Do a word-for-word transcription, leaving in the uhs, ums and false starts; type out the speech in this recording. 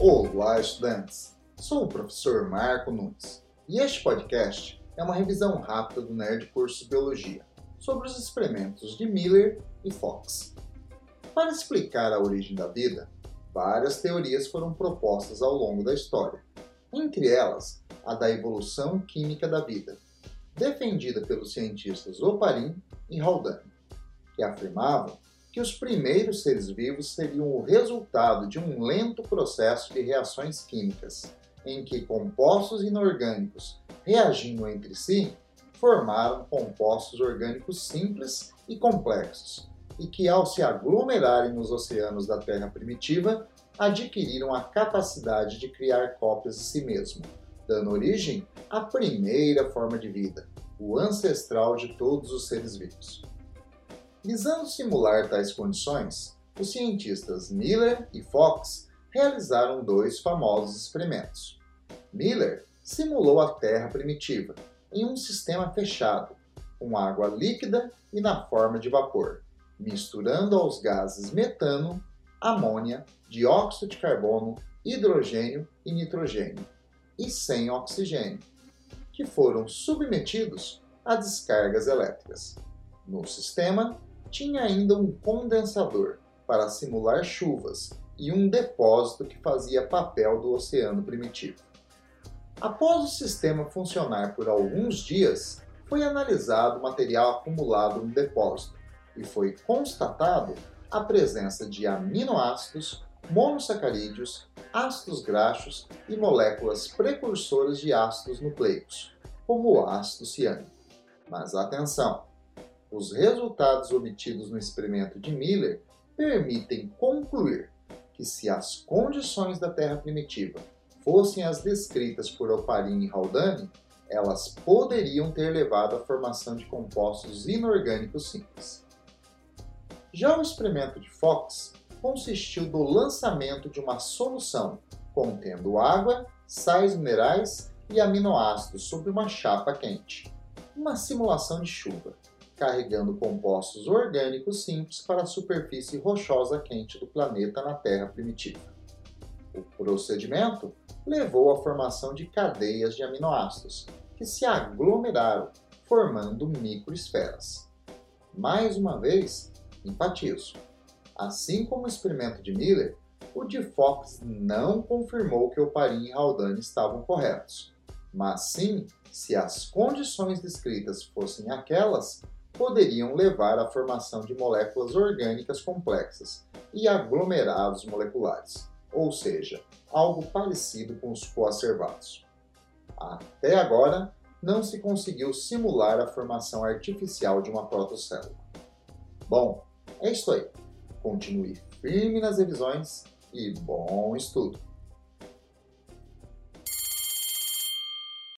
Olá, estudantes! Sou o professor Marco Nunes e este podcast é uma revisão rápida do Nerd Curso Biologia sobre os experimentos de Miller e Fox. Para explicar a origem da vida, várias teorias foram propostas ao longo da história, entre elas a da evolução química da vida, defendida pelos cientistas Oparin e Haldane, que afirmavam que os primeiros seres vivos seriam o resultado de um lento processo de reações químicas, em que compostos inorgânicos, reagindo entre si, formaram compostos orgânicos simples e complexos, e que, ao se aglomerarem nos oceanos da Terra primitiva, adquiriram a capacidade de criar cópias de si mesmo, dando origem à primeira forma de vida, o ancestral de todos os seres vivos. Visando simular tais condições, os cientistas Miller e Fox realizaram dois famosos experimentos. Miller simulou a Terra primitiva em um sistema fechado, com água líquida e na forma de vapor, misturando aos gases metano, amônia, dióxido de carbono, hidrogênio e nitrogênio, e sem oxigênio, que foram submetidos a descargas elétricas. No sistema, tinha ainda um condensador para simular chuvas e um depósito que fazia papel do oceano primitivo. Após o sistema funcionar por alguns dias, foi analisado o material acumulado no depósito e foi constatado a presença de aminoácidos, monossacarídeos, ácidos graxos e moléculas precursoras de ácidos nucleicos, como o ácido ciânico. Mas atenção! Os resultados obtidos no experimento de Miller permitem concluir que, se as condições da Terra primitiva fossem as descritas por Oparin e Haldane, elas poderiam ter levado à formação de compostos inorgânicos simples. Já o experimento de Fox consistiu no lançamento de uma solução contendo água, sais minerais e aminoácidos sobre uma chapa quente, uma simulação de chuva, carregando compostos orgânicos simples para a superfície rochosa quente do planeta na Terra primitiva. O procedimento levou à formação de cadeias de aminoácidos, que se aglomeraram, formando microesferas. Mais uma vez, enfatizo, assim como o experimento de Miller, o de Fox não confirmou que Oparin e Haldane estavam corretos, mas sim, se as condições descritas fossem aquelas, poderiam levar à formação de moléculas orgânicas complexas e aglomerados moleculares, ou seja, algo parecido com os coacervados. Até agora, não se conseguiu simular a formação artificial de uma protocélula. Bom, é isso aí. Continue firme nas revisões e bom estudo!